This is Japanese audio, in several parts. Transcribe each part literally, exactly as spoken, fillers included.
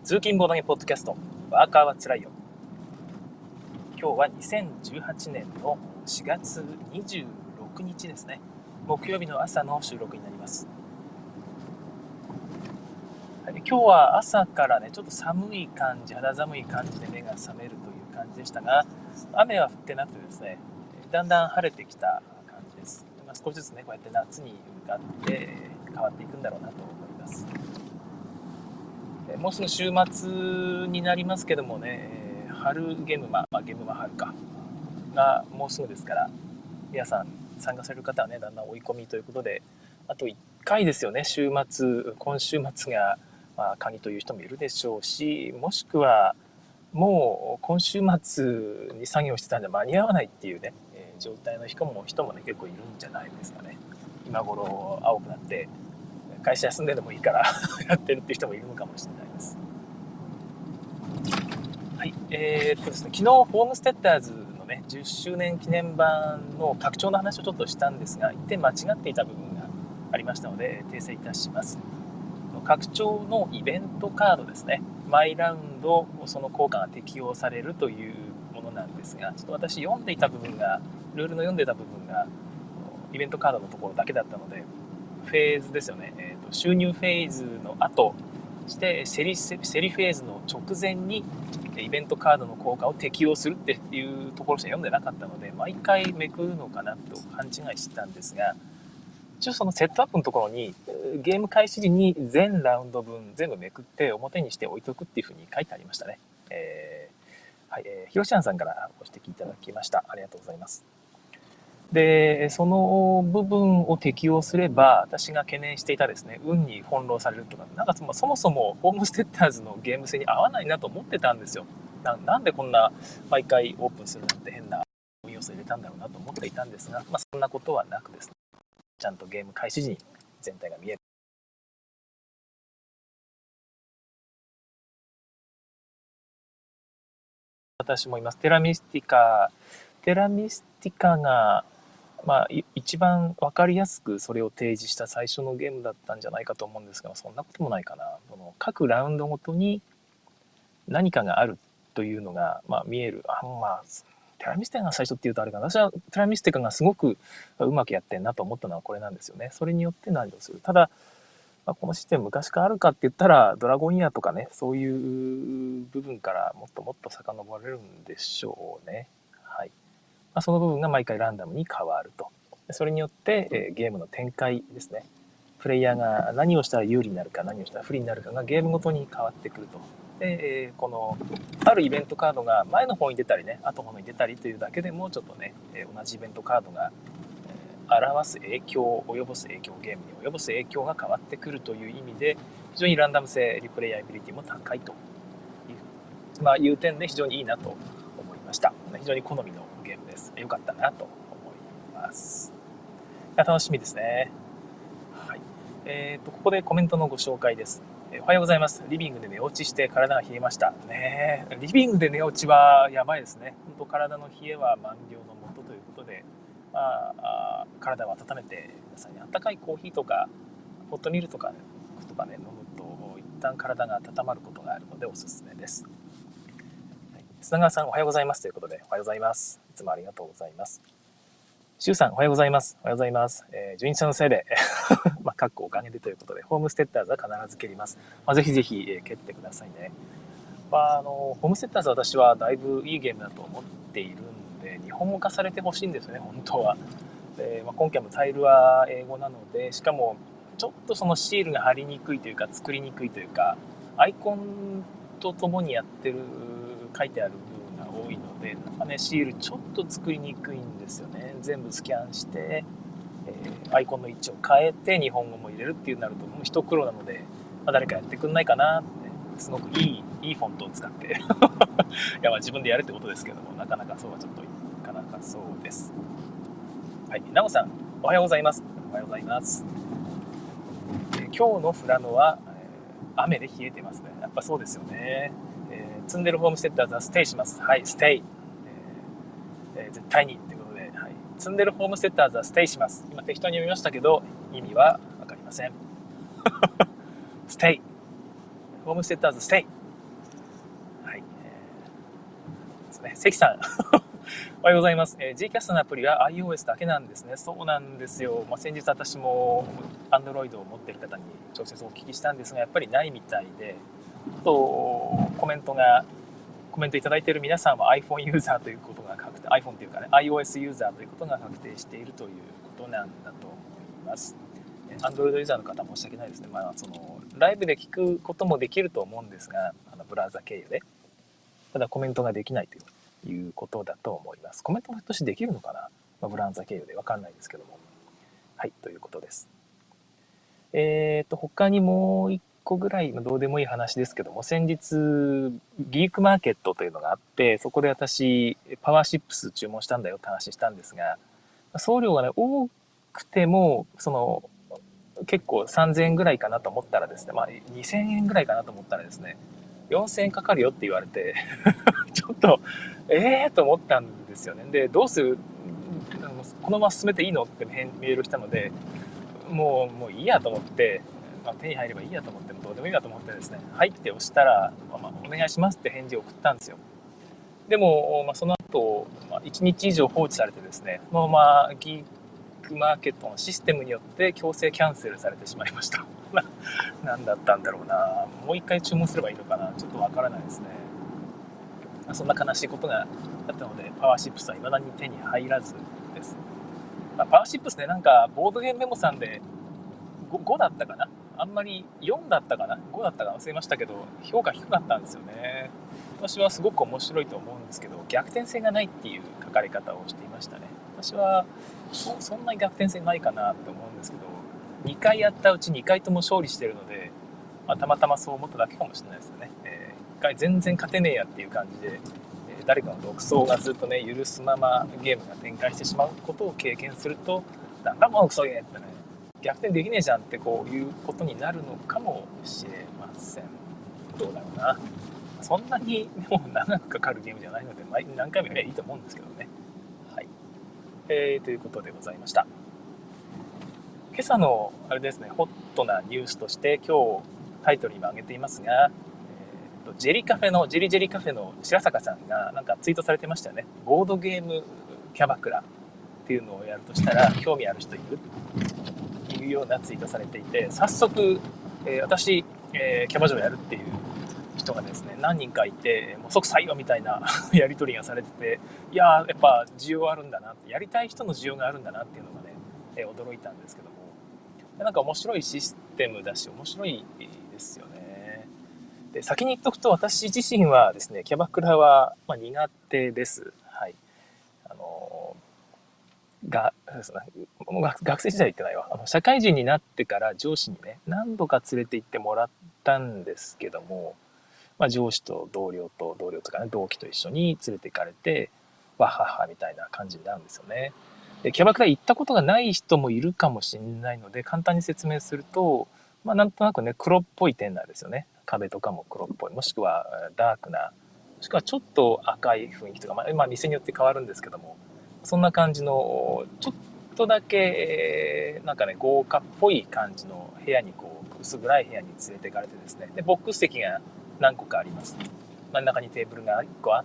通勤ボードゲームポッドキャスト、ワーカーはつらいよ。今日はにせんじゅうはちねんのしがつにじゅうろくにちですね。木曜日の朝の収録になります。はい、今日は朝からね、ちょっと寒い感じ、肌寒い感じで目が覚めるという感じでしたが、雨は降ってなくてですね、だんだん晴れてきた感じです。まあ、少しずつね、こうやって夏に向かって変わっていくんだろうなと思います。もうすぐ週末になりますけどもね、春ゲームマ、まあ、ゲームマ春かがもうすぐですから、皆さん参加される方はね、だんだん追い込みということで、あといっかいですよね、週末、今週末が、まあ、鍵という人もいるでしょうし、もしくはもう今週末に作業してたんで間に合わないっていうね、えー、状態の人も人もね結構いるんじゃないですかね。今頃青くなって会社休んででもいいからやってるっていう人もいるのかもしれないです。はい、えー、っとですね、昨日ホームステッターズのねじゅっしゅうねん記念版の拡張の話をちょっとしたんですが、一点間違っていた部分がありましたので訂正いたします。拡張のイベントカードですね、毎ラウンドその効果が適用されるというものなんですが、ちょっと私読んでいた部分がルールの読んでいた部分がイベントカードのところだけだったので、フェーズですよね、えーと、収入フェーズの後して競り、競りフェーズの直前にイベントカードの効果を適用するっていうところしか読んでなかったので、毎回めくるのかなと勘違いしてたんですが、一応そのセットアップのところにゲーム開始時に全ラウンド分全部めくって表にして置いとくっていう風に書いてありましたね。えーはい、えー、ひろしあんさんからご指摘いただきました。ありがとうございます。で、その部分を適用すれば、私が懸念していたですね、運に翻弄されるとか、なんかそもそもホームステッターズのゲーム性に合わないなと思ってたんですよ。な, なんでこんな毎回オープンするなんて変な要素を入れたんだろうなと思っていたんですが、まあ、そんなことはなくですね、ちゃんとゲーム開始時に全体が見える。私もいます。テラミスティカ、テラミスティカが、まあ、一番分かりやすくそれを提示した最初のゲームだったんじゃないかと思うんですが、そんなこともないかな。その各ラウンドごとに何かがあるというのが、まあ、見える。あまあテラミスティカが最初っていうとあれかな。私はテラミスティカがすごくうまくやってんなと思ったのはこれなんですよね。それによって何をする。ただ、まあ、このシステム昔からあるかって言ったらドラゴンイヤーとかね、そういう部分からもっともっと遡れるんでしょうね。はい。まあ、その部分が毎回ランダムに変わると。それによって、えー、ゲームの展開ですね。プレイヤーが何をしたら有利になるか、何をしたら不利になるかがゲームごとに変わってくると。で、えー、このあるイベントカードが前の方に出たりね、後の方に出たりというだけでもちょっとね、えー、同じイベントカードが表す影響、及ぼす影響、ゲームに及ぼす影響が変わってくるという意味で、非常にランダム性、リプレイアビリティも高いという、まあ、いう点で非常にいいなと思いました。非常に好みのゲームです。よかったなと思います。楽しみですね。はい。えーと、ここでコメントのご紹介です。おはようございます。リビングで寝落ちして体が冷えました。ねえ、リビングで寝落ちはやばいですね。本当体の冷えは万病のもとということで、まあ、体を温めてくださいね。温かいコーヒーとかホットミルとか、ね、とかね飲むと一旦体が温まることがあるのでおすすめです。はい、砂川さんおはようございますということで、おはようございます。いつもありがとうございます。シュウさんおはようございます。おはようございます。えー、じゅうにちゃんのせいでまあ、かっこおかげでということで、ホームステッターズは必ず蹴ります。まあ、ぜひぜひ、えー、蹴ってくださいね。まあ、あのホームステッターズは私はだいぶいいゲームだと思っているんで、日本語化されてほしいんですよね、本当は。で、まあ、今回もタイルは英語なので、しかもちょっとそのシールが貼りにくいというか、作りにくいというか、アイコンとともにやってる、書いてある部分が多いので、なんかね、シールちょっと作りにくいんですよね。全部スキャンして、えー、アイコンの位置を変えて日本語も入れるっていうなるともう一苦労なので、まあ、誰かやってくんないかなって、すごくいいいいフォントを使っていや、まあ自分でやるってことですけども、なかなかそうはちょっといかなかそうです。はい、なおさんおはようございます。おはようございます。えー、今日の富良野は、えー、雨で冷えてますね。やっぱそうですよね。えー、積んでるホームステッターズはステイします。はい、ステイ、えーえー、絶対にということで、はい、積んでるホームステッターズはステイします。今適当に読みましたけど意味は分かりません。ステイ、ホームステッターズステイ、 ですね。関さん。おはようございます。えー、Gcast のアプリは iOS だけなんですね。そうなんですよ。まあ、先日私も Android を持っている方に直接お聞きしたんですが、やっぱりないみたいで、あとコメントが、コメントいただいている皆さんは iPhone ユーザーということが確定、iPhone というかね、iOS ユーザーということが確定しているということなんだと思います。Android ユーザーの方申し訳ないですね。まあ、そのライブで聞くこともできると思うんですが、あのブラウザ経由で。ただコメントができないということだと思います。コメントもとしてできるのかな、まあ、ブラウザ経由でわかんないですけども。はい、ということです。えっと、他にもう一個ぐらい、どうでもいい話ですけども、先日、ギークマーケットというのがあって、そこで私、パワーシップス注文したんだよって話したんですが、送料がね、多くても、その、結構さんぜんえんぐらいかなと思ったらですね、まあにせんえんぐらいかなと思ったらですね、よんせんえんかかるよって言われてちょっとええー、と思ったんですよね。で、どうする、このまま進めていいのってメールしたので、もうもういいやと思って、まあ、手に入ればいいやと思って、どうでもいいやと思ってですね、はいって押したら、まあ、お願いしますって返事を送ったんですよ。でも、まあ、その後、まあ、いちにち以上放置されてですね、そのままギークマーケットのシステムによって強制キャンセルされてしまいました何だったんだろうな。もう一回注文すればいいのかな、ちょっとわからないですね。そんな悲しいことがあったので、パワーシップスは未だに手に入らずです。まあ、パワーシップスね、なんかボードゲームメモさんで 5, ごだったかな、あんまりよんだったかな、ごだったか忘れましたけど、評価低かったんですよね。私はすごく面白いと思うんですけど、逆転性がないっていう書かれ方をしていましたね。私は そ, そんなに逆転性ないかなって思うんですけど、にかいやったうちにかいとも勝利してるので、まあ、たまたまそう思っただけかもしれないですよね。えー、いっかい全然勝てねえやっていう感じで、えー、誰かの独走がずっとね許すままゲームが展開してしまうことを経験すると、なんだもうクソゲーってね、逆転できねえじゃんってこういうことになるのかもしれません。どうだろうな。そんなにでも長くかかるゲームじゃないので、何回もやればいいと思うんですけどね。はい。えー、ということでございました。今朝のあれですね、ホットなニュースとして今日タイトルにも挙げていますが、えー、とジェリカフェのジェリジェリカフェの白坂さんがなんかツイートされてましたよね。ボードゲームキャバクラっていうのをやるとしたら興味ある人いるというようなツイートされていて、早速、えー、私、えー、キャバ嬢やるっていう人がですね何人かいて、もう即採用みたいなやり取りがされてて、いやーやっぱ需要あるんだなって、やりたい人の需要があるんだなっていうのがね、えー、驚いたんですけども、なんか面白いシステムだし面白いですよね。で、先に言っとくと、私自身はですねキャバクラはまあ苦手です。はい。あのが学生時代行ってないわ。あの社会人になってから上司にね何度か連れて行ってもらったんですけども、まあ、上司と同僚と同僚とかね同期と一緒に連れて行かれてわははみたいな感じになるんですよね。でキャバクラ行ったことがない人もいるかもしれないので簡単に説明すると、まあ、なんとなくね黒っぽい店内ですよね。壁とかも黒っぽい、もしくはダークな、もしくはちょっと赤い雰囲気とか、まあ、まあ、店によって変わるんですけども、そんな感じのちょっとだけなんかね豪華っぽい感じの部屋にこう薄暗い部屋に連れて行かれてですね、でボックス席が何個かあります。真ん中にテーブルがいっこあって、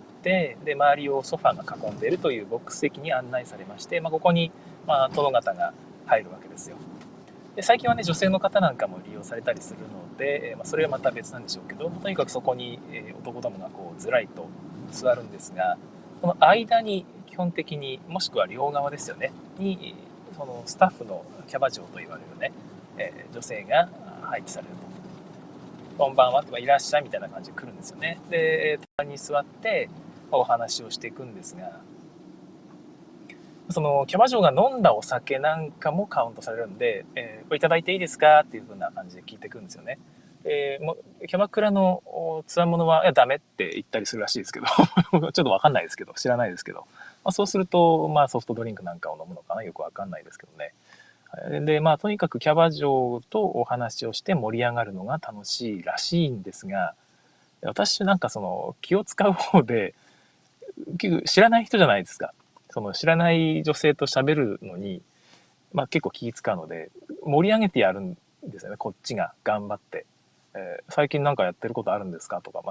で周りをソファーが囲んでいるというボックス席に案内されまして、まあ、ここに、まあ、殿方が入るわけですよ。で最近はね女性の方なんかも利用されたりするので、まあ、それはまた別なんでしょうけど、とにかくそこに、えー、男どもがこうずらりと座るんですが、この間に基本的に、もしくは両側ですよねに、そのスタッフのキャバ嬢と言われるね、えー、女性が配置されると。こんばんはとかいらっしゃいみたいな感じで来るんですよね。で隣に座ってお話をしていくんですが、そのキャバ嬢が飲んだお酒なんかもカウントされるんで、えー、これいただいていいですかっていう風な感じで聞いてくるんですよね。えー、もキャバクラのつわものはいやダメって言ったりするらしいですけどちょっと分かんないですけど、知らないですけど、まあ、そうすると、まあ、ソフトドリンクなんかを飲むのかな、よく分かんないですけどね。でまあとにかくキャバ嬢とお話をして盛り上がるのが楽しいらしいんですが、私なんかその気を使う方で結構知らない人じゃないですか。その知らない女性と喋るのに、まあ、結構気使うので盛り上げてやるんですよね、こっちが頑張って。えー、最近なんかやってることあるんですかとか、まあ、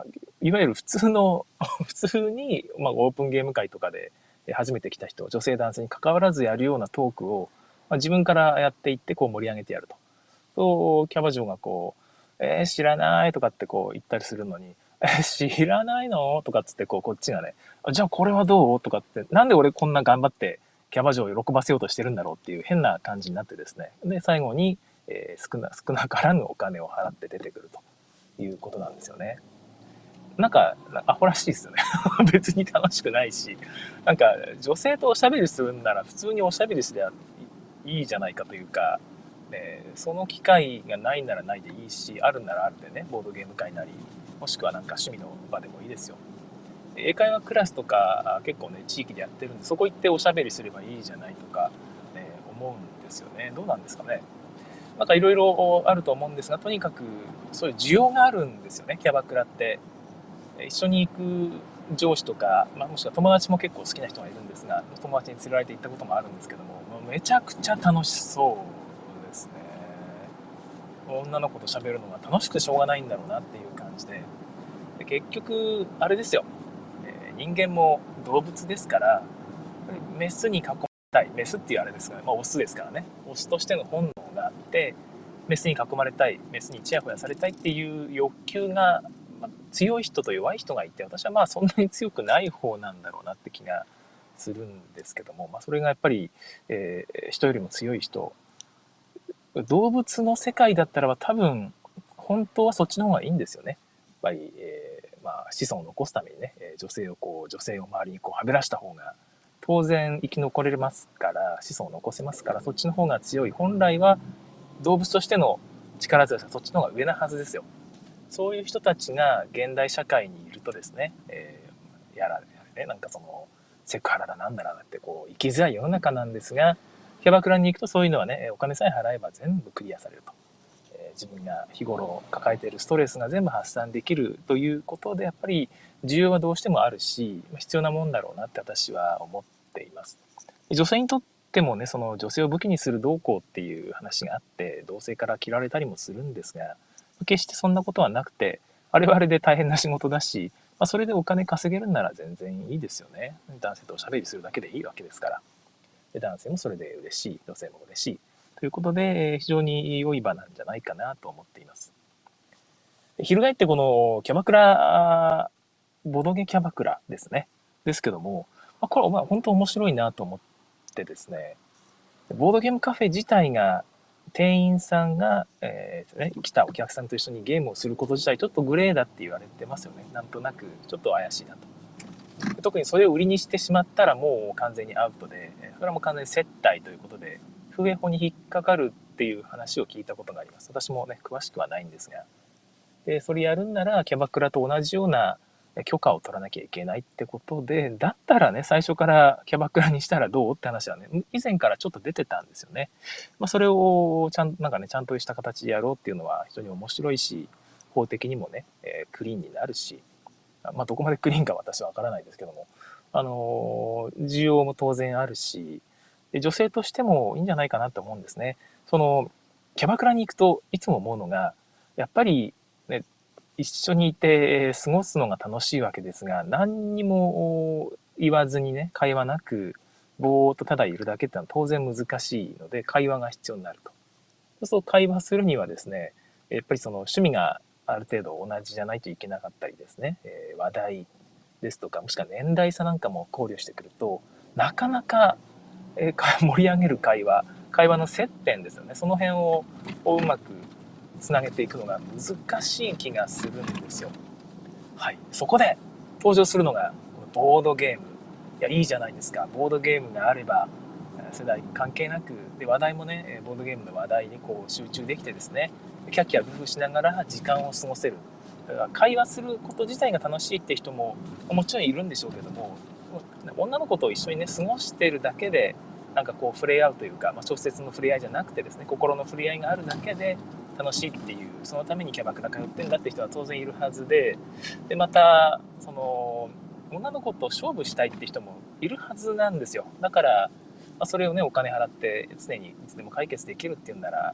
いわゆる普通の普通に、まあ、オープンゲーム会とかで初めて来た人、女性男性に関わらずやるようなトークを、まあ、自分からやっていってこう盛り上げてやると。そうキャバ嬢がこう「えー、知らない」とかってこう言ったりするのに「えー、知らないの?」とかっつってこうこっちがね「じゃあこれはどう?」とかってなんで俺こんな頑張ってキャバ嬢を喜ばせようとしてるんだろうっていう変な感じになってですね、で最後に、えー、少な少なからぬお金を払って出てくるということなんですよね。なんかアホらしいですよね別に楽しくないし、なんか女性とおしゃべりするんなら普通におしゃべりすりゃいいじゃないかというか、ね、その機会がないならないでいいし、あるならあるでね、ボードゲーム会なりもしくはなんか趣味の場でもいいですよ。英会話クラスとか結構ね地域でやってるんで、そこ行っておしゃべりすればいいじゃないとか、ね、思うんですよね。どうなんですかね。なんかいろいろあると思うんですが、とにかくそういう需要があるんですよね、キャバクラって。一緒に行く上司とか、まあ、もしくは友達も結構好きな人がいるんですが、友達に連れられて行ったこともあるんですけども、めちゃくちゃ楽しそうですね。女の子と喋るのが楽しくてしょうがないんだろうなっていう感じで、で結局あれですよ、えー人間も動物ですから、メスに囲まれたい、メスっていうあれですが、まあ、オスですからね、オスとしての本能があって、メスに囲まれたい、メスにチヤホヤされたいっていう欲求が、まあ、強い人と弱い人がいて、私はまあそんなに強くない方なんだろうなって気がするんですけども、まあ、それがやっぱり、えー人よりも強い人、動物の世界だったらば多分本当はそっちの方がいいんですよね。やっぱり、えーまあ、子孫を残すためにね、女性をこう女性を周りにこうはべらした方が当然生き残れますから、子孫を残せますから、そっちの方が強い。本来は動物としての力強さ、そっちの方が上なはずですよ。そういう人たちが現代社会にいるとですね、えーやらね、なんかそのセクハラだなんだらだってこう生きづらい世の中なんですが、キャバクラに行くとそういうのはね、お金さえ払えば全部クリアされると。えー自分が日頃抱えているストレスが全部発散できるということで、やっぱり需要はどうしてもあるし、必要なもんだろうなって私は思っています。女性にとってもね、その女性を武器にする動向っていう話があって、同性から嫌われたりもするんですが、決してそんなことはなくて、あれはあれで大変な仕事だし、まあ、それでお金稼げるなら全然いいですよね。男性とおしゃべりするだけでいいわけですから。で男性もそれで嬉しい、女性も嬉しい。ということで、非常に良い場なんじゃないかなと思っています。翻ってこのキャバクラ、ボドゲキャバクラですね。ですけども、まあ、これ、まあ、本当面白いなと思ってですね、ボードゲームカフェ自体が、店員さんが、えーね、来たお客さんと一緒にゲームをすること自体、ちょっとグレーだって言われてますよね。なんとなく、ちょっと怪しいなと。特にそれを売りにしてしまったらもう完全にアウトで、それはもう完全に接待ということで、風営法に引っかかるっていう話を聞いたことがあります。私もね、詳しくはないんですが。で、それやるんなら、キャバクラと同じような許可を取らなきゃいけないってことで、だったらね、最初からキャバクラにしたらどうって話はね、以前からちょっと出てたんですよね。まあ、それをちゃん、なんかね、ちゃんとした形でやろうっていうのは非常に面白いし、法的にもね、えークリーンになるし、まあ、どこまでクリーンか私はわからないですけども、あのー需要も当然あるし、で女性としてもいいんじゃないかなと思うんですね。その、キャバクラに行くといつも思うのが、やっぱり、ね、一緒にいて過ごすのが楽しいわけですが、何にも言わずにね、会話なく、ぼーっとただいるだけってのは当然難しいので、会話が必要になると。そうすると会話するにはですね、やっぱりその趣味がある程度同じじゃないといけなかったりですね、えー話題ですとか、もしくは年代差なんかも考慮してくると、なかなか、えー盛り上げる会話、会話の接点ですよね。その辺ををうまくつなげていくのが難しい気がするんですよ。はい。そこで登場するのがボードゲーム。いや、いいじゃないですか。ボードゲームがあれば、世代関係なく、で、話題もね、ボードゲームの話題にこう集中できてですね、キャッキャ工夫しながら時間を過ごせる。だから会話すること自体が楽しいって人ももちろんいるんでしょうけども、女の子と一緒にね、過ごしてるだけで、なんかこう触れ合うというか、まあ、直接の触れ合いじゃなくてですね、心の触れ合いがあるだけで楽しいっていう、そのためにキャバクラ通ってんだって人は当然いるはずで、で、また、その、女の子と勝負したいって人もいるはずなんですよ。だから、まあ、それをね、お金払って常にいつでも解決できるっていうんなら、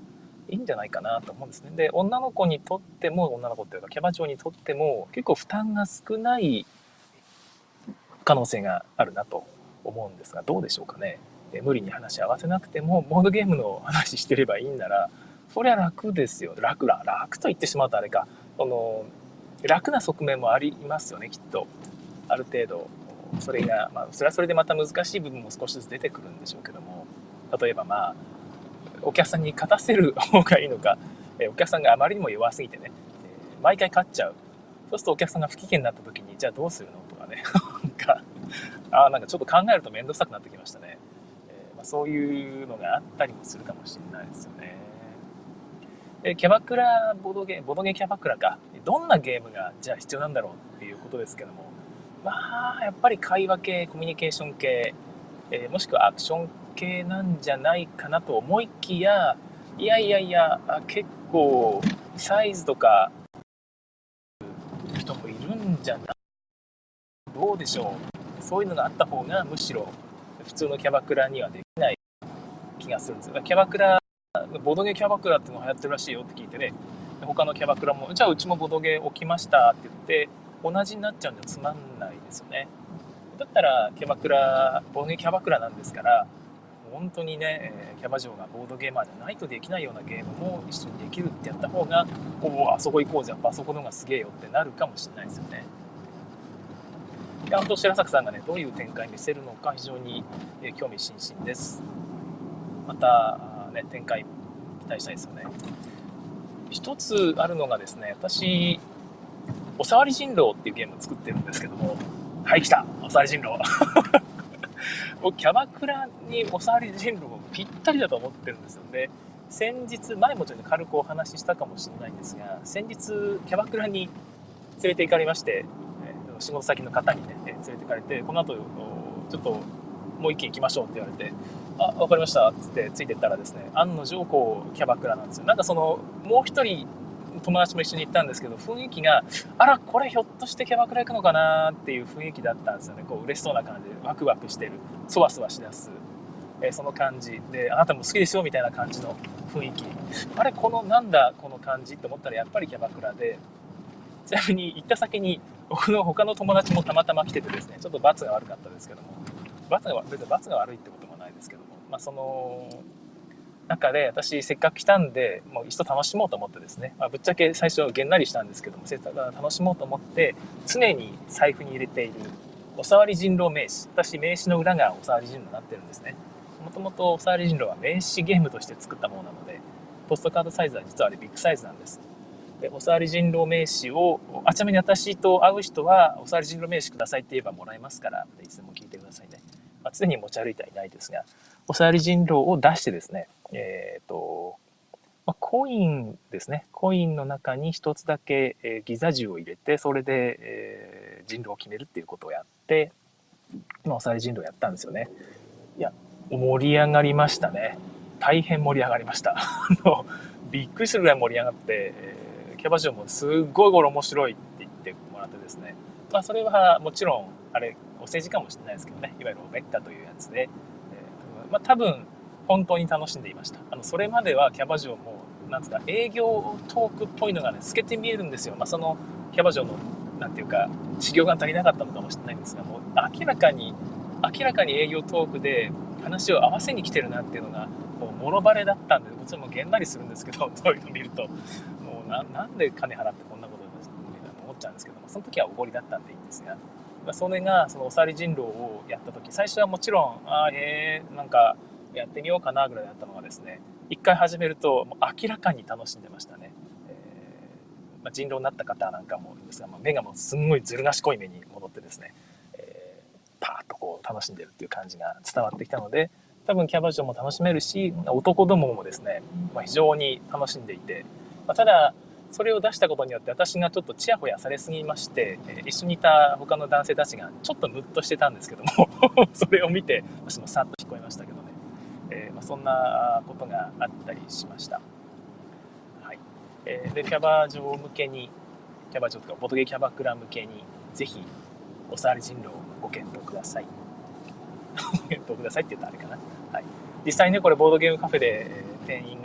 いいんじゃないかなと思うんですね。で、女の子にとっても、女の子っていうかキャバ嬢にとっても結構負担が少ない可能性があるなと思うんですが、どうでしょうかね。え無理に話し合わせなくてもボードゲームの話してればいいんなら、そりゃ楽ですよ。楽ら楽と言ってしまうとあれか、その楽な側面もありますよね、きっと。ある程度それが、まあ、それはそれでまた難しい部分も少しずつ出てくるんでしょうけども、例えばまあお客さんに勝たせる方がいいのか、お客さんがあまりにも弱すぎてね、毎回勝っちゃう。そうするとお客さんが不機嫌になった時に、じゃあどうするのとかねなんかあなんかちょっと考えると面倒くさくなってきましたね。えーまあ、そういうのがあったりもするかもしれないですよね。でキャバクラボードゲーボードゲーキャバクラか、どんなゲームがじゃあ必要なんだろうっていうことですけども、まあやっぱり会話系、コミュニケーション系、えーもしくはアクション系なんじゃないかなと思いきや、いやいやいや結構サイズとか人もいるんじゃない、どうでしょう。そういうのがあった方がむしろ普通のキャバクラにはできない気がするんですよ。キャバクラボドゲキャバクラっていうのが流行ってるらしいよって聞いてね、他のキャバクラもじゃあうちもボドゲ置きましたって言って同じになっちゃうんじゃつまんないですよね。だったらキャバクラボドゲキャバクラなんですから、本当にねキャバ嬢がボードゲーマーじゃないとできないようなゲームも一緒にできるってやった方が、おおあそこ行こうぜ、やっぱあそこの方がすげえよってなるかもしれないですよね。であと白坂さんがねどういう展開見せるのか非常に興味津々です。またね展開期待したいですよね。一つあるのがですね、私おさわり人狼っていうゲームを作ってるんですけども、はい来たおさわり人狼僕キャバクラにおさわり人狼もぴったりだと思ってるんですよね。先日前もちょっと軽くお話ししたかもしれないんですが、先日キャバクラに連れて行かれまして、仕事先の方にね連れて行かれて、この後ちょっともう一軒行きましょうって言われて、あ分かりましたっつってついてったらですね、案の定こうキャバクラなんですよ。なんかそのもう一人友達も一緒に行ったんですけど、雰囲気があらこれひょっとしてキャバクラ行くのかなっていう雰囲気だったんですよね。こう嬉しそうな感じでワクワクしてる、そわそわしだす、えー、その感じで、あなたも好きですよみたいな感じの雰囲気、あれこのなんだこの感じって思ったらやっぱりキャバクラで、ちなみに行った先に僕の他の友達もたまたま来ててですね、ちょっと罰が悪かったですけども、罰が別に罰が悪いってこともないですけども、まあその中で私せっかく来たんでもう一度楽しもうと思ってですね、まあ、ぶっちゃけ最初げんなりしたんですけども、せっかく楽しもうと思って常に財布に入れているおさわり人狼名刺、私名刺の裏がおさわり人狼になってるんですね。もともとおさわり人狼は名刺ゲームとして作ったものなので、ポストカードサイズは実はあれビッグサイズなんです。でおさわり人狼名刺を、あちなみに私と会う人はおさわり人狼名刺くださいって言えばもらえますから、いつでも聞いてくださいね。まあ、常に持ち歩いてはいないですが、おさわり人狼を出してですね、えっと、まあ、コインですね。コインの中に一つだけ、えーギザ銃を入れて、それで、えー人狼を決めるっていうことをやって、まあ、おさわり人狼をやったんですよね。いや、盛り上がりましたね。大変盛り上がりました。あの、びっくりするぐらい盛り上がって、えーキャバ嬢もすっごいこれ面白いって言ってもらってですね。まあ、それはもちろん、あれ、お世辞かもしれないですけどね。いわゆるおめったというやつで、えーまあ、多分、本当に楽しんでいました。あの、それまではキャバ嬢も、なんですか、営業トークっぽいのがね、透けて見えるんですよ。まあ、その、キャバ嬢の、なんていうか、修行が足りなかったのかもしれないんですが、もう明らかに、明らかに営業トークで話を合わせに来てるなっていうのが、もうもろバレだったんで、もちろんもうげんなりするんですけど、そういうのを見ると、もうななんで金払ってこんなことを思っちゃうんですけども、その時はおごりだったんでいいんですが、まあ、それが、そのおさわり人狼をやった時、最初はもちろん、ああ、へえ、なんか、やってみようかなぐらいだったのがですね、一回始めるともう明らかに楽しんでましたね。えーまあ、人狼になった方なんかもですが、まあ、目がもうすんごいずる賢い目に戻ってですね、えー、パーッとこう楽しんでるっていう感じが伝わってきたので、多分キャバ嬢も楽しめるし、男どももですね、まあ、非常に楽しんでいて、まあ、ただそれを出したことによって私がちょっとチヤホヤされすぎまして、えー、一緒にいた他の男性たちがちょっとムッとしてたんですけどもそれを見て私もさっと聞こえましたけどね、えーまあ、そんなことがあったりしました。はい、えー、でキャバ嬢向けに、キャバ嬢とかボトゲキャバクラ向けにぜひおさわり人狼をご検討ください。ご検討くださいって言ったらあれかな。はい、実際ねこれボードゲームカフェで店員が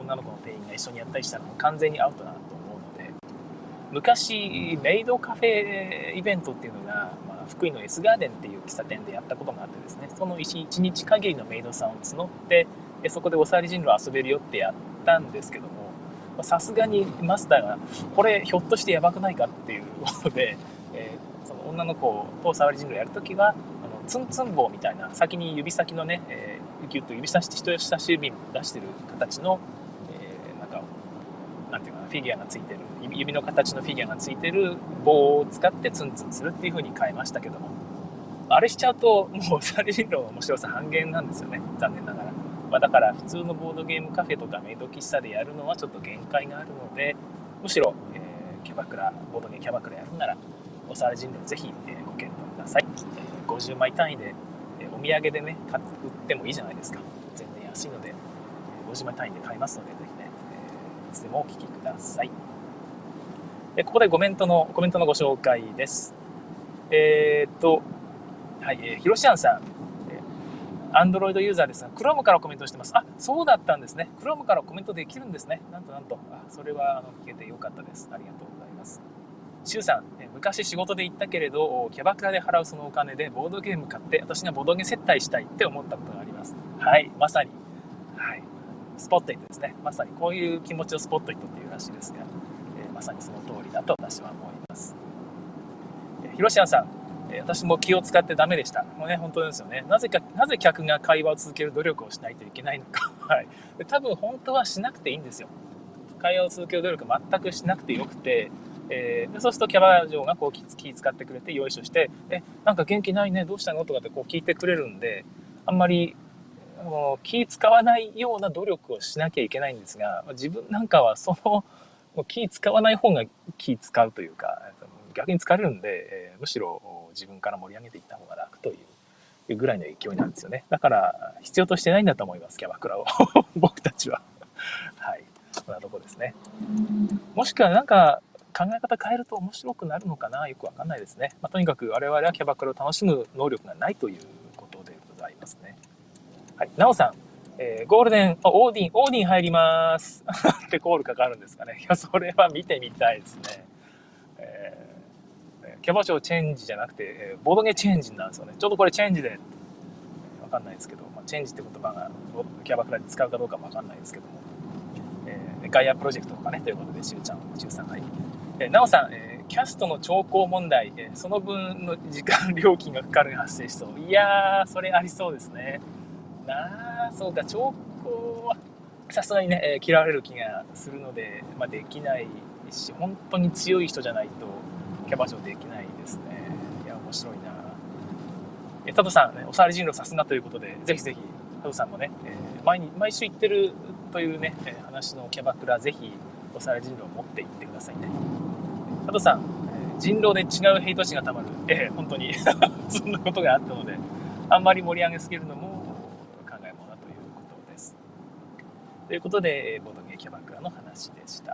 女の子の店員が一緒にやったりしたらもう完全にアウトだなと思うので、昔メイドカフェイベントっていうのが、まあ、福井の S ガーデンっていう喫茶店でやったことがあってですね、そのいちにち限りのメイドさんを募ってそこでおさわり人狼遊べるよってやったんですけども、さすがにマスターがこれひょっとしてやばくないかっていうことで、えー、その女の子とおさわり人狼やるときはあのツンツン棒みたいな先に指先のね、えー、ギュッと指差して人差し指に出してる形の、えー、なんかなんていうかな、フィギュアがついてる指の形のフィギュアがついてる棒を使ってツンツンするっていう風に変えましたけども、あれしちゃうともうおさわり人狼の面白さ半減なんですよね、残念ながら。まあ、だから普通のボードゲームカフェとかメイド喫茶でやるのはちょっと限界があるので、むしろ、えー、キャバクラボードゲームキャバクラやるならおさわり人狼ぜひ、えー、ご検討ください。えー、ごじゅうまい単位で、えー、お土産でね買ってもいいじゃないですか。全然安いので、えー、ごじゅうまい単位で買いますので、ぜひね、えー、いつでもお聞きください。でここでコメントのコメントのご紹介です。えー、っとはい、えー、ひろしあんさん、アンドロイドユーザーですが、Chrome からコメントしてます。あ、そうだったんですね。Chrome からコメントできるんですね。なんとなんと。あ、それはあの聞けてよかったです。ありがとうございます。シュウさん、昔仕事で言ったけれど、キャバクラで払うそのお金でボードゲーム買って、私がボードゲーム接待したいって思ったことがあります。はい、まさに。はい。スポットイットですね。まさにこういう気持ちをスポットイットっていうらしいですが、えー、まさにその通りだと私は思います。ひろしあんさん、私も気を使ってダメでした。もうね、本当ですよね。なぜか、なぜ客が会話を続ける努力をしないといけないのか。はい。で、多分本当はしなくていいんですよ。会話を続ける努力全くしなくてよくて、えー、でそうするとキャバ嬢がこう気気使ってくれて、よいしょして、え、なんか元気ないね、どうしたのとかってこう聞いてくれるんで、あんまりあの気使わないような努力をしなきゃいけないんですが、自分なんかはその気使わない方が気使うというか、逆に疲れるんで、えー、むしろ自分から盛り上げていった方が楽というぐらいの勢いなんですよね。だから必要としてないんだと思います、キャバクラを僕たちは。はい、そんなとこですね。もしくはなんか考え方変えると面白くなるのかな、よくわかんないですね。まあ、とにかく我々はキャバクラを楽しむ能力がないということでございますね。はい、なおさん、えー、ゴールデン、オーディン、オーディン入りますってコールかかるんですかね。いや、それは見てみたいですね。えーキャバ嬢チェンジじゃなくて、ボードゲーチェンジなんですよね。ちょっとこれチェンジで、わかんないですけど、まあ、チェンジって言葉がキャバクラで使うかどうかもわかんないですけども、えー、ガイアプロジェクトとかね、ということで、しゅうちゃん、しゅうさん、はい。えー、なおさん、えー、キャストの兆候問題、えー、その分の時間料金がかかるが発生しそう。いやー、それありそうですね。なあ、そうか、兆候は、さすがにね、えー、嫌われる気がするので、まあ、できないし、本当に強い人じゃないと、キャバ嬢できないですね。いや、面白いな。え、タトさん、ね、おさわり人狼さすがということで、ぜひぜひ、タトさんもね、えー、毎毎週行ってるというね、えー、話のキャバクラ、ぜひ、おさわり人狼を持って行ってくださいね。タトさん、えー、人狼で違うヘイト値がたまる。えー、本当に、そんなことがあったので、あんまり盛り上げすぎるのも考えものだということです。ということで、ボードゲーキャバクラの話でした。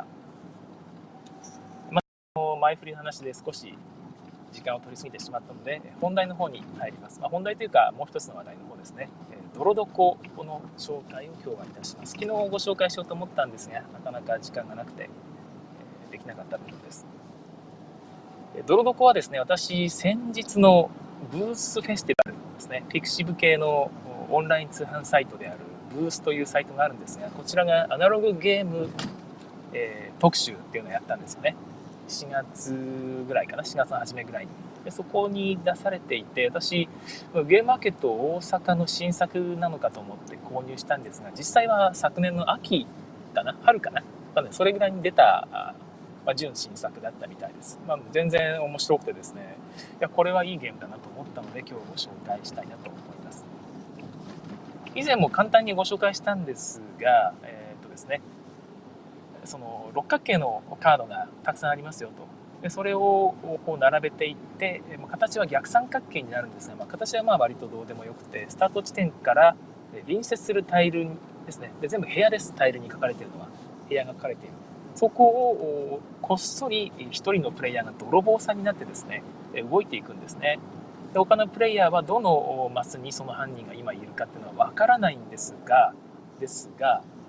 前振りの話で少し時間を取り過ぎてしまったので本題の方に入ります。まあ、本題というかもう一つの話題の方ですね。ドロドコの紹介を今日はいたします。昨日ご紹介しようと思ったんですがなかなか時間がなくてできなかったということです。ドロドコはですね、私先日のブースフェスティバルですね、ピクシブ系のオンライン通販サイトであるブースというサイトがあるんですが、こちらがアナログゲーム、えー、特集っていうのをやったんですよね。しがつぐらいかな、しがつの初めぐらいに。でそこに出されていて、私ゲームマーケット大阪の新作なのかと思って購入したんですが、実際は昨年の秋かな、春かな、まあね、それぐらいに出た、まあ、純新作だったみたいです。まあ、全然面白くてですね、いやこれはいいゲームだなと思ったので今日ご紹介したいなと思います。以前も簡単にご紹介したんですが、えー、っとですねその六角形のカードがたくさんありますよと。でそれをこう並べていって、形は逆三角形になるんですが、まあ、形はまあ割とどうでもよくて、スタート地点から隣接するタイルですね。で全部部屋です。タイルに書かれているのは部屋が書かれている。そこをこっそり一人のプレイヤーが泥棒さんになってですね、動いていくんですね。で他のプレイヤーはどのマスにその犯人が今いるかっていうのはわからないんですがですが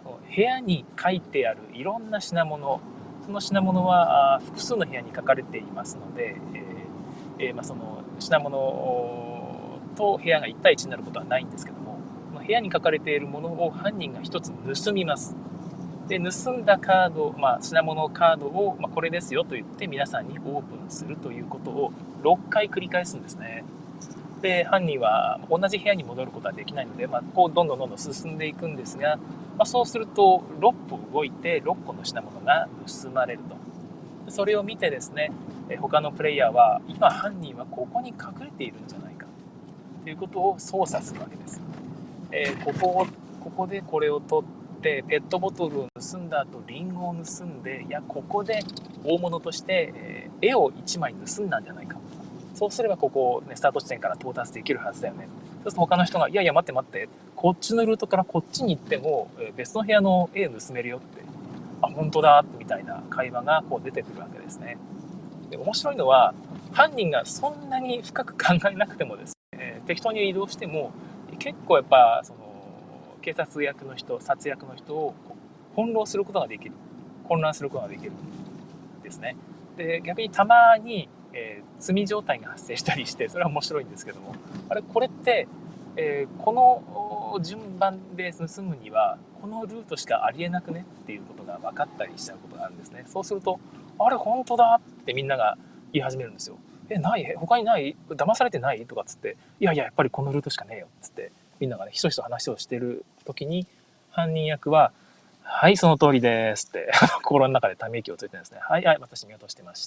部屋に書いてあるいろんな品物、その品物は複数の部屋に書かれていますので、えーえーまあ、その品物と部屋がいち対いちになることはないんですけども、部屋に書かれているものを犯人が一つ盗みます。で盗んだカード、まあ、品物カードを、まあ、これですよと言って皆さんにオープンするということをろっかい繰り返すんですね。で犯人は同じ部屋に戻ることはできないので、まあ、こうどんどんどんどん進んでいくんですが、まあ、そうするとろっぽ動いてろっこの品物が盗まれると。それを見てですね、他のプレイヤーは今犯人はここに隠れているんじゃないかということを操作するわけです。えー、ここをここでこれを取ってペットボトルを盗んだ後リンゴを盗んで、いやここで大物として、えー、絵をいちまい盗んだんじゃないか、そうすればここ、ね、スタート地点から到達できるはずだよね。そうすると他の人がいやいや待って待って、こっちのルートからこっちに行っても、えー、別の部屋の絵を盗めるよって、あ本当だみたいな会話がこう出てくるわけですね。で面白いのは犯人がそんなに深く考えなくてもですね、えー、適当に移動しても結構やっぱその警察役の人、殺役の人を翻弄することができる、混乱することができるんですね。で逆にたまに、えー、罪状態が発生したりして、それは面白いんですけども、あれこれって、えー、この順番で盗むにはこのルートしかありえなくねっていうことが分かったりしちゃうことがあるんですね。そうするとあれ本当だってみんなが言い始めるんですよ。えない他にない、騙されてないとかっつって、いやいややっぱりこのルートしかねえよっつってみんながねひそひそ話をしてる時に犯人役ははいその通りですって心の中でため息をついてですね、はいはい私見落としてました、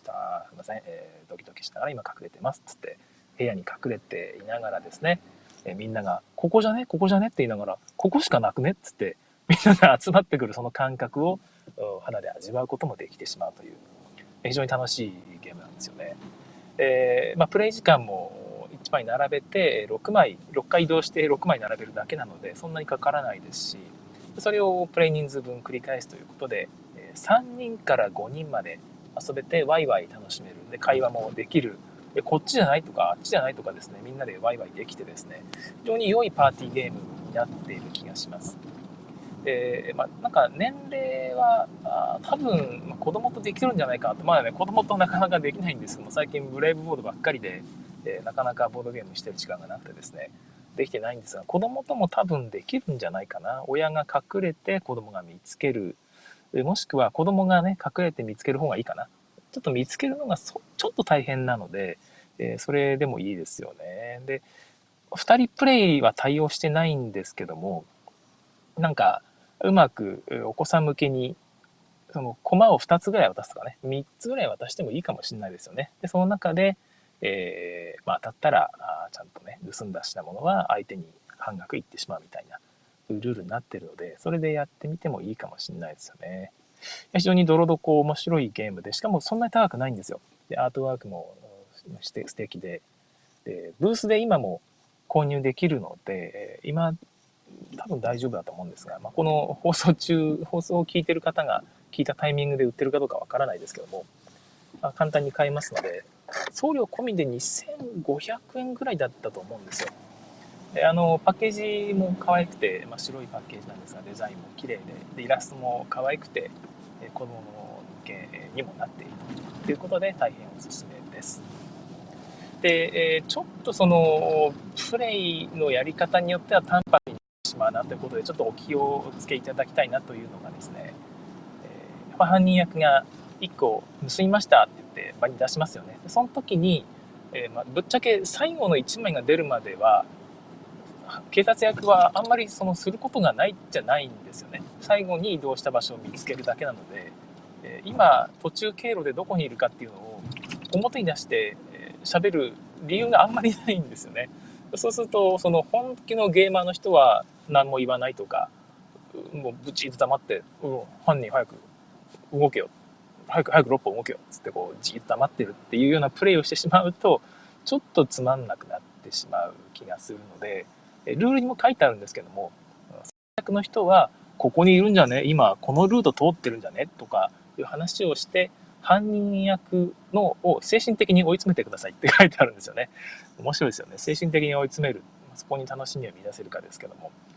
すいません、えー、ドキドキしながら今隠れてますっつって部屋に隠れていながらですね、えー、みんながここじゃねここじゃねって言いながらここしかなくねっつってみんなが集まってくるその感覚を肌で味わうこともできてしまうという非常に楽しいゲームなんですよね。えーまあ、プレイ時間もいちまい並べてろくまいろっかい移動してろくまい並べるだけなのでそんなにかからないですし、それをプレイ人数分繰り返すということでさんにんからごにんまで遊べてワイワイ楽しめるんで、会話もできる、こっちじゃないとかあっちじゃないとかですね、みんなでワイワイできてですね、非常に良いパーティーゲームになっている気がします。で、まあ、なんか年齢はあ多分、まあ、子供とできるんじゃないかなと。まだね子供となかなかできないんですけども、最近ブレイブボードばっかりで、えーなかなかボードゲームしてる時間がなくてですねできてないんですが、子供とも多分できるんじゃないかな。親が隠れて子供が見つける、もしくは子供がね隠れて見つける方がいいかな。ちょっと見つけるのがそちょっと大変なので、えーそれでもいいですよね。でふたりプレイは対応してないんですけども、なんかうまくお子さん向けにその駒をふたつぐらい渡すとかね、みっつぐらい渡してもいいかもしれないですよね。でその中で、えーまあ、当たったらあちゃんとね盗んだ品物は相手に半額いってしまうみたいなルールになってるので、それでやってみてもいいかもしれないですよね。非常に泥床面白いゲームで、しかもそんなに高くないんですよ。でアートワークもして素敵で、でブースで今も購入できるので今多分大丈夫だと思うんですが、まあ、この放送中放送を聞いてる方が聞いたタイミングで売ってるかどうかわからないですけども、まあ、簡単に買えますので、送料込みでにせんごひゃくえんぐらいだったと思うんですよ。であのパッケージも可愛くて、まあ、白いパッケージなんですがデザインも綺麗で、でイラストも可愛くて子供向けにもなっているということで大変おすすめです。で、えー、ちょっとそのプレイのやり方によっては単発になってしまうなということで、ちょっとお気をつけいただきたいなというのがですね、えー、やっぱ犯人役がいっこ盗みましたって言って場に出しますよね。でその時に、えーまあ、ぶっちゃけ最後のいちまいが出るまでは警察役はあんまりそのすることがないじゃないんですよね。最後に移動した場所を見つけるだけなので、えー、今途中経路でどこにいるかっていうのを表に出して喋る理由があんまりないんですよね。そうするとその本気のゲーマーの人は何も言わないとか、もうブチッと黙って、うん、犯人早く動けよ、早く早くろっぽん動けよっつってこうじっと黙ってるっていうようなプレイをしてしまうとちょっとつまんなくなってしまう気がするので、ルールにも書いてあるんですけども、最悪の人はここにいるんじゃね、今このルート通ってるんじゃねとかいう話をして犯人役のを精神的に追い詰めてくださいって書いてあるんですよね。面白いですよね。精神的に追い詰める、そこに楽しみを見出せるかですけども、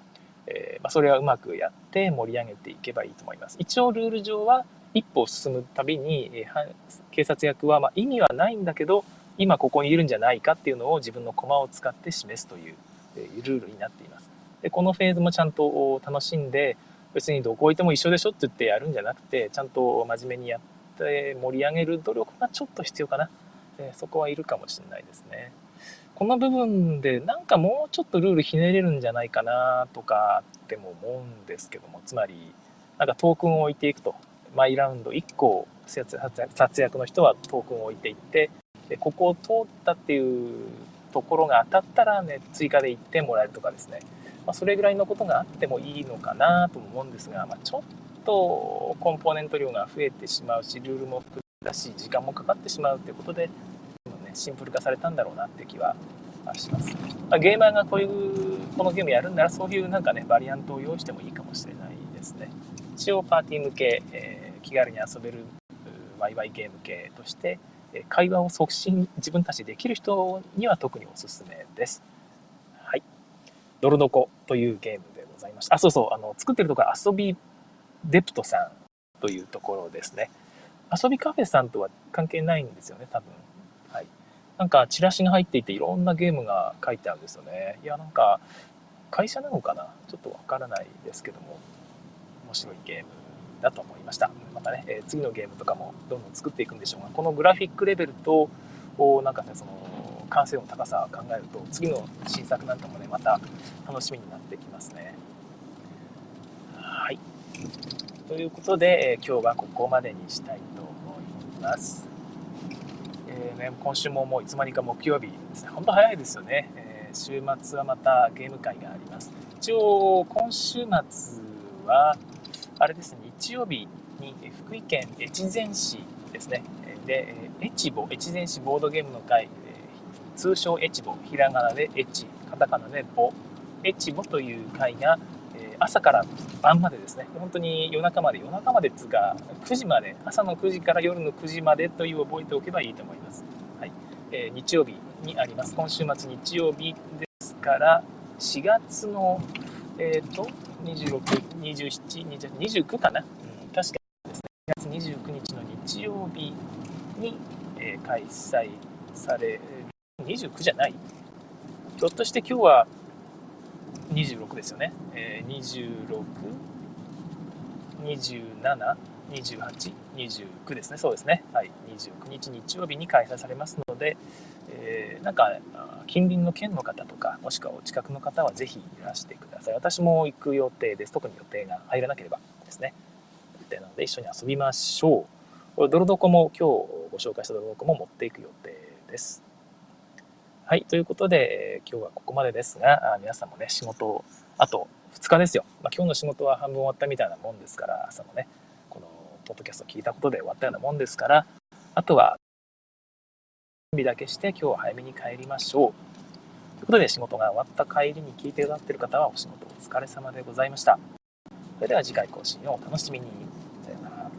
えーまあ、それはうまくやって盛り上げていけばいいと思います。一応ルール上は一歩進むたびに、えー、警察役はまあ意味はないんだけど、今ここにいるんじゃないかっていうのを自分の駒を使って示すという、えー、ルールになっています。でこのフェーズもちゃんと楽しんで、別にどこ置いても一緒でしょって言ってやるんじゃなくて、ちゃんと真面目にやって盛り上げる努力がちょっと必要かな。えー、そこはいるかもしれないですね。この部分でなんかもうちょっとルールひねれるんじゃないかなとかっても思うんですけども、つまりなんかトークンを置いていくと、毎ラウンドいっこ殺役の人はトークンを置いていって、でここを通ったっていうところが当たったらね、追加でいってんもらえるとかですね、まあ、それぐらいのことがあってもいいのかなとも思うんですが、まあ、ちょっとコンポーネント量が増えてしまうし、ルールも複雑だし、時間もかかってしまうということで、シンプル化されたんだろうなって気はします。まあ、ゲーマーがこういうこのゲームやるんなら、そういうなんかねバリアントを用意してもいいかもしれないですね。一応パーティー向け、えー、気軽に遊べるワイワイゲーム系として、会話を促進自分たちでできる人には特におすすめです。はい、ドルノコというゲームでございました。あ、そうそう、あの作ってるところは遊びデプトさんというところですね。遊びカフェさんとは関係ないんですよね、多分。はい。なんかチラシが入っていて、いろんなゲームが書いてあるんですよね。いや、なんか会社なのかな、ちょっとわからないですけども、面白いゲームだと思いました。またね、えー、次のゲームとかもどんどん作っていくんでしょうが、このグラフィックレベルとなんかね、その完成度の高さを考えると、次の新作なんかもね、また楽しみになってきますね。はい、ということで、えー、今日はここまでにしたいと思います。えーね、今週ももういつまにか木曜日ですね。本当早いですよね。えー、週末はまたゲーム会があります。一応今週末はあれですね、日曜日に福井県越前市ですね。で、越後、越前市ボードゲームの会、通称越後、ひらがなで越、カタカナでボ、越後という会が朝から晩までですね、本当に夜中まで、夜中までつがくじまで、朝のくじから夜のくじまでという覚えておけばいいと思います。はい、えー、日曜日にあります。今週末日曜日ですからしがつのえっ、ー、とにじゅうろく、にじゅうなな、にじゅうくかな、うん、確かにですね、しがつにじゅうくにちの日曜日に、えー、開催される。にじゅうくじゃない？ひょっとして今日はにじゅうろくですよね。えー、にじゅうろく、にじゅうなな、にじゅうはち、にじゅうくですね。そうですね。はい。にじゅうくにち日曜日に開催されますので、えー、なんか近隣の県の方とか、もしくはお近くの方はぜひいらしてください。私も行く予定です。特に予定が入らなければですね。予定なので一緒に遊びましょう。ドロドコも今日ご紹介したドロドコも持っていく予定です。はい、ということで、えー、今日はここまでですが、あ皆さんもね、仕事、あとふつかですよ。まあ、今日の仕事は半分終わったみたいなもんですから、朝のね、このポッドキャストを聞いたことで終わったようなもんですから、あとは準備だけして今日は早めに帰りましょう。ということで、仕事が終わった帰りに聞いてくださっている方はお仕事お疲れ様でございました。それでは次回更新をお楽しみに。さよなら。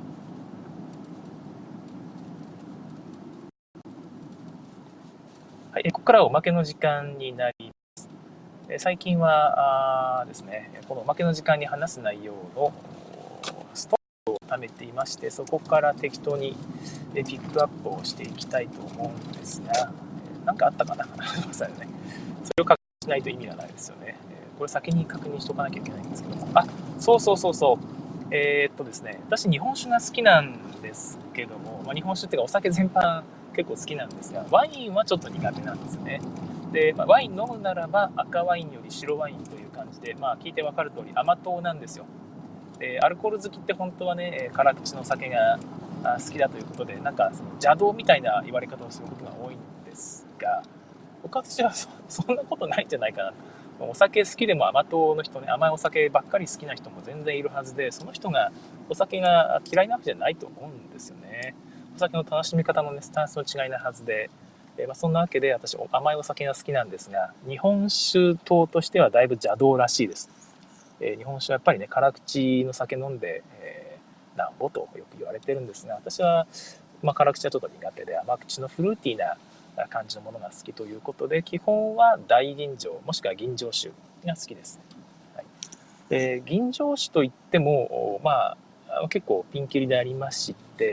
はい、ここからはおまけの時間になります。最近はあですね、このおまけの時間に話す内容のストックを貯めていまして、そこから適当にピックアップをしていきたいと思うんですが、何かあったかなそれを確認しないと意味がないですよね。これ先に確認しておかなきゃいけないんですけども、あ、そうそうそうそう、えー、っとですね、私日本酒が好きなんですけども、まあ、日本酒っていうかお酒全般結構好きなんですが、ワインはちょっと苦手なんですね。で、まあ、ワイン飲むならば赤ワインより白ワインという感じで、まあ、聞いて分かる通り甘党なんですよ。でアルコール好きって本当はね、辛口の酒が好きだということで、なんかその邪道みたいな言われ方をすることが多いんですが、僕は私は そ, そんなことないんじゃないかな。お酒好きでも甘党の人ね、甘いお酒ばっかり好きな人も全然いるはずで、その人がお酒が嫌いなわけじゃないと思うんですよね。お酒の楽しみ方の、ね、スタンスの違いなはずで、えーまあ、そんなわけで私甘いお酒が好きなんですが、日本酒党としてはだいぶ邪道らしいです。えー、日本酒はやっぱりね、辛口の酒飲んで、えー、なんぼとよく言われてるんですが、私は、まあ、辛口はちょっと苦手で、甘口のフルーティーな感じのものが好きということで、基本は大吟醸もしくは吟醸酒が好きです。はい、 で吟醸酒といっても、まあ、結構ピンキリでありまして、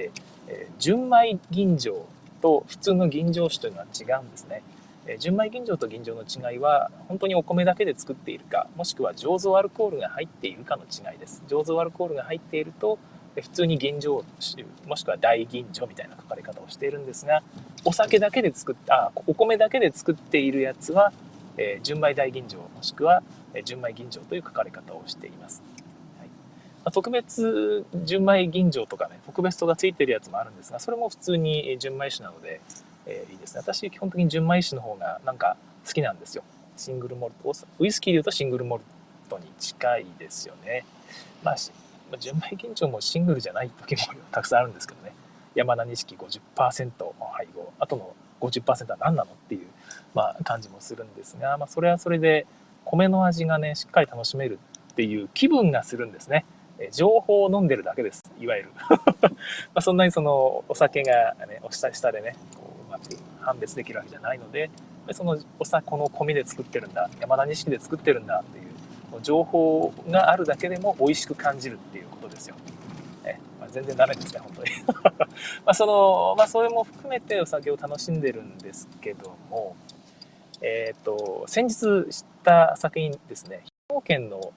えー、純米吟醸と普通の吟醸酒というのは違うんですね。えー、純米吟醸と吟醸の違いは本当にお米だけで作っているか、もしくは醸造アルコールが入っているかの違いです。醸造アルコールが入っていると普通に吟醸酒もしくは大吟醸みたいな書かれ方をしているんですが、お酒だけで作ったあお米だけで作っているやつは、えー、純米大吟醸もしくは純米吟醸という書かれ方をしています。はい、まあ、特別純米吟醸とかね、特別とがついてるやつもあるんですが、それも普通に純米酒なので、えー、いいですね。私基本的に純米酒の方がなんか好きなんですよ。シングルモルト、ウイスキーでいうとシングルモルトに近いですよね。まあ純米吟醸もシングルじゃない時もたくさんあるんですけどね。山田錦 ごじゅっパーセント 配合、あとの ごじゅっパーセント は何なのっていう、まあ、感じもするんですが、まあ、それはそれで米の味がねしっかり楽しめるっていう気分がするんですね。情報を飲んでるだけです、いわゆるまあそんなにそのお酒が、ね、お下下でねこううまく判別できるわけじゃないので、そのお酒この米で作ってるんだ、山田錦で作ってるんだっていう情報があるだけでも美味しく感じるっていうことですよ。えまあ、全然ダメですね本当にまあその、まあ、それも含めてお酒を楽しんでるんですけども、えっ、ー、と先日知った作品ですね、兵庫県の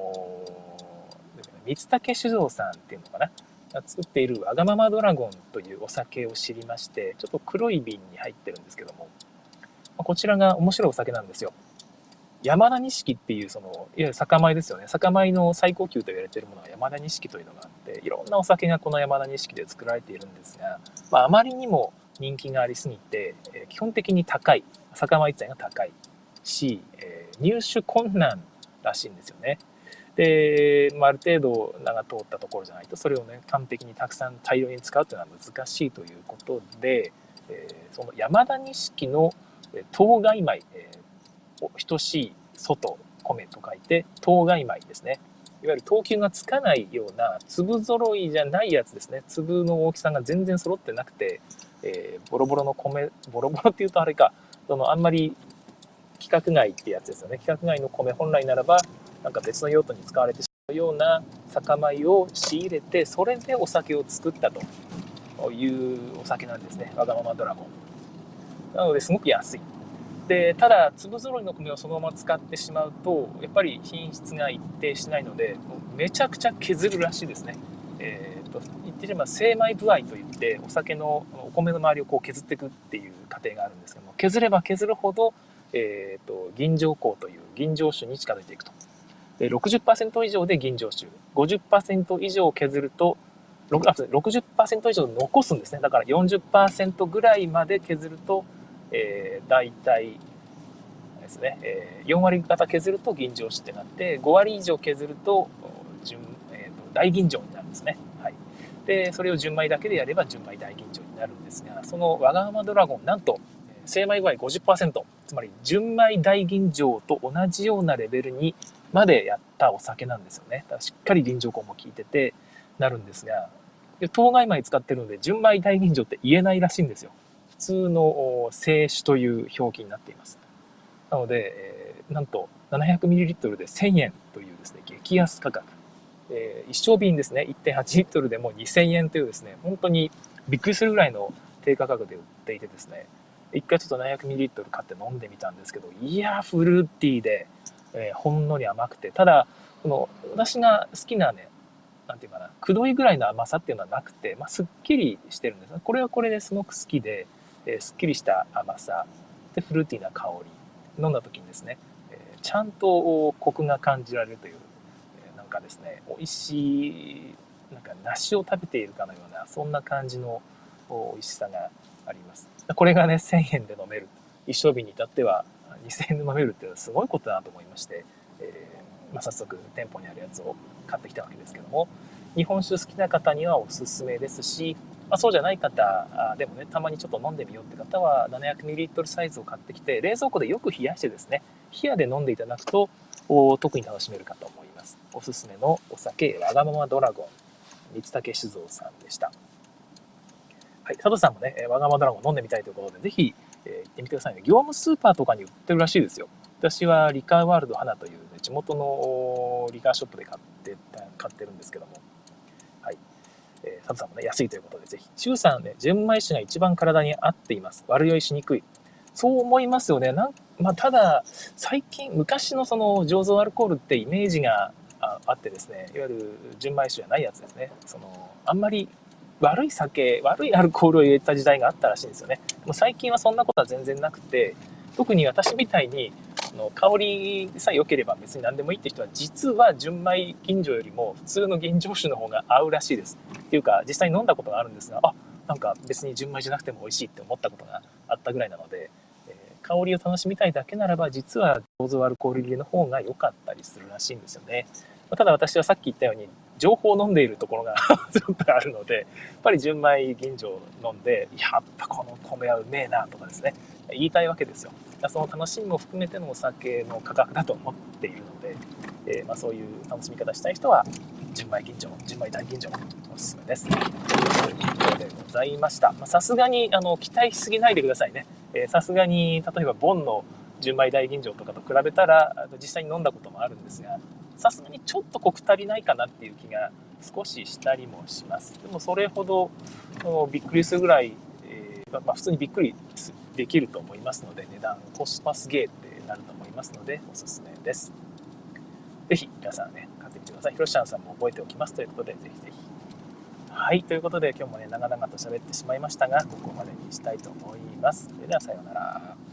三竹酒造さんっていうのかなが作っているわがままドラゴンというお酒を知りまして、ちょっと黒い瓶に入ってるんですけども、こちらが面白いお酒なんですよ。山田錦っていうそのいわゆる酒米ですよね。酒米の最高級と言われているものが山田錦というのがあって、いろんなお酒がこの山田錦で作られているんですが、まあ、あまりにも人気がありすぎて、えー、基本的に高い、酒米自体が高いし、えー、入手困難らしいんですよね。で、まあ、ある程度名が通ったところじゃないとそれをね完璧にたくさん大量に使うというのは難しいということで、えー、その山田錦の当該米、えー等しい外米と書いて当該米ですね。いわゆる等級がつかないような粒揃いじゃないやつですね。粒の大きさが全然揃ってなくて、えー、ボロボロの米、ボロボロっていうとあれか、そのあんまり規格外ってやつですよね。規格外の米本来ならばなんか別の用途に使われてしまうような酒米を仕入れて、それでお酒を作ったというお酒なんですね。わがままドラゴンなのですごく安い。でただ粒揃いの米をそのまま使ってしまうとやっぱり品質が一定しないのでめちゃくちゃ削るらしいですね。えー、と言ってしまえば精米部合といってお酒のお米の周りをこう削っていくっていう過程があるんですけども、削れば削るほど、えー、と吟醸香という吟醸酒に近づいていくと。で ろくじゅっパーセント 以上で吟醸酒 ごじゅっパーセント 以上削るとろくじゅっパーセント 以上残すんですね。だから よんじゅっパーセント ぐらいまで削るとえー、大体ですね、えー、よん割方削ると吟醸酒ってなって、ご割以上削ると純、えー、と大吟醸になるんですね。はい、でそれを純米だけでやれば純米大吟醸になるんですが、そのわがままドラゴンなんと精米具合 ごじゅっパーセント、 つまり純米大吟醸と同じようなレベルにまでやったお酒なんですよね。だからしっかり吟醸香も効いててなるんですが、当該米使ってるので純米大吟醸って言えないらしいんですよ。普通の清酒という表記になっています。なので、えー、なんと ななひゃくミリリットル でせんえんというですね激安価格、えー、一升瓶ですね いってんはちリットルでもにせんえんというですね本当にびっくりするぐらいの低価格で売っていてですね、一回ちょっと ななひゃくミリリットル 買って飲んでみたんですけど、いやフルーティーで、えー、ほんのり甘くて、ただこの私が好きなねなんていうかな、くどいぐらいの甘さっていうのはなくて、まあ、すっきりしてるんです。これはこれですごく好きで、えー、すっきりした甘さでフルーティーな香り、飲んだ時にですね、えー、ちゃんとコクが感じられるという、えー、なんかですね美味しいなんか梨を食べているかのようなそんな感じの美味しさがあります。これがねせんえんで飲める、一升瓶に至ってはにせんえんで飲めるっていうのはすごいことだなと思いまして、えーまあ、早速店舗にあるやつを買ってきたわけですけども、日本酒好きな方にはおすすめですし、まあ、そうじゃない方でもねたまにちょっと飲んでみようって方は ななひゃくミリリットル サイズを買ってきて冷蔵庫でよく冷やしてですね、冷やで飲んでいただくと特に楽しめるかと思います。おすすめのお酒わがままドラゴン三竹酒造さんでした。はい、佐藤さんもねわがままドラゴン飲んでみたいということでぜひ、えー、行ってみてくださいね。業務スーパーとかに売ってるらしいですよ。私はリカーワールド花という、ね、 地元のリカーショップで買って買ってるんですけども、はい、えー、佐藤さんもね安いということでぜひ。周さんね、純米酒が一番体に合っています。悪酔いしにくい。そう思いますよね。なんまあ、ただ最近昔のその醸造アルコールってイメージがああってですね、いわゆる純米酒じゃないやつですね。そのあんまり悪い酒悪いアルコールを入れた時代があったらしいんですよね。もう最近はそんなことは全然なくて、特に私みたいにの香りさえ良ければ別に何でもいいって人は実は純米吟醸よりも普通の吟醸酒の方が合うらしいです。っていうか実際に飲んだことがあるんですが、あ、なんか別に純米じゃなくても美味しいって思ったことがあったぐらいなので、えー、香りを楽しみたいだけならば実は醸造アルコール入りの方が良かったりするらしいんですよね。ただ私はさっき言ったように情報を飲んでいるところがちょっとあるので、やっぱり純米吟醸を飲んで、やっぱこの米はうめえなとかですね、言いたいわけですよ。その楽しみも含めてのお酒の価格だと思っているので、えーまあ、そういう楽しみ方したい人は純米吟醸、純米大吟醸おすすめです。ということでございました。さすがにあの期待しすぎないでくださいね。さすがに例えばボンの純米大吟醸とかと比べたら実際に飲んだこともあるんですが、さすがにちょっと濃く足りないかなっていう気が少ししたりもします。でもそれほどびっくりするぐらい、えーまあ、普通にびっくりできると思いますので、値段コスパすげーってなると思いますのでおすすめです。ぜひ皆さんね買ってみてください。ひろしちゃんさんも覚えておきますということで、ぜひぜひ。はい、ということで今日もね長々と喋ってしまいましたが、ここまでにしたいと思います。それではさようなら。